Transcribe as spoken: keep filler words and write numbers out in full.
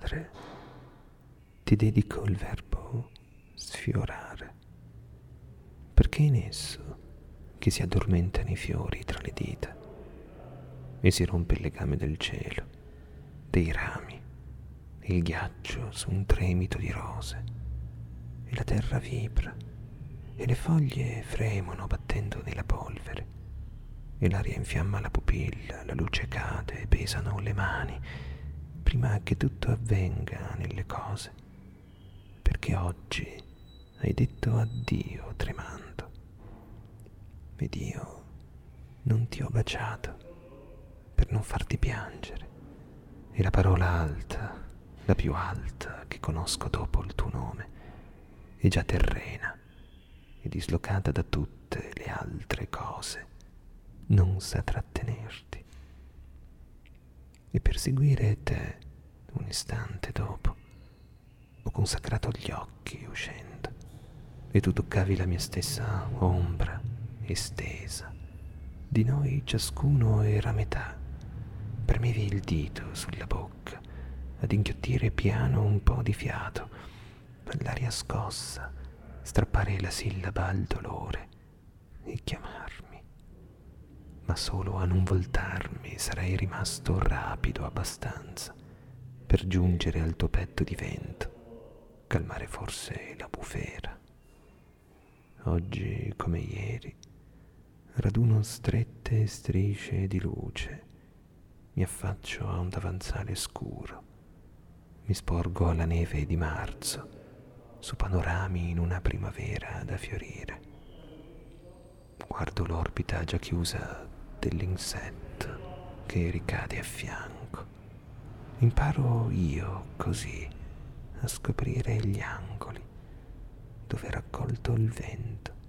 inoltre ti dedico il verbo sfiorare, perché è in esso che si addormentano i fiori tra le dita e si rompe il legame del cielo, dei rami, il ghiaccio su un tremito di rose, e la terra vibra e le foglie fremono battendo nella polvere, e l'aria infiamma la pupilla, la luce cade e pesano le mani prima che tutto avvenga nelle cose, perché oggi hai detto addio tremando, ed io non ti ho baciato per non farti piangere, e la parola alta, la più alta che conosco dopo il tuo nome, è già terrena e dislocata da tutte le altre cose, non sa trattenerti. E per seguire te, un istante dopo, ho consacrato gli occhi uscendo, e tu toccavi la mia stessa ombra estesa. Di noi ciascuno era metà. Premevi il dito sulla bocca ad inghiottire piano un po' di fiato, l'aria scossa, strappare la sillaba al dolore e chiamarmi. Ma solo a non voltarmi sarei rimasto rapido abbastanza per giungere al tuo petto di vento, calmare forse la bufera. Oggi, come ieri, raduno strette strisce di luce, mi affaccio a un davanzale scuro, mi sporgo alla neve di marzo, su panorami in una primavera da fiorire. Guardo l'orbita già chiusa dell'insetto che ricade a fianco. Imparo io così a scoprire gli angoli dove è raccolto il vento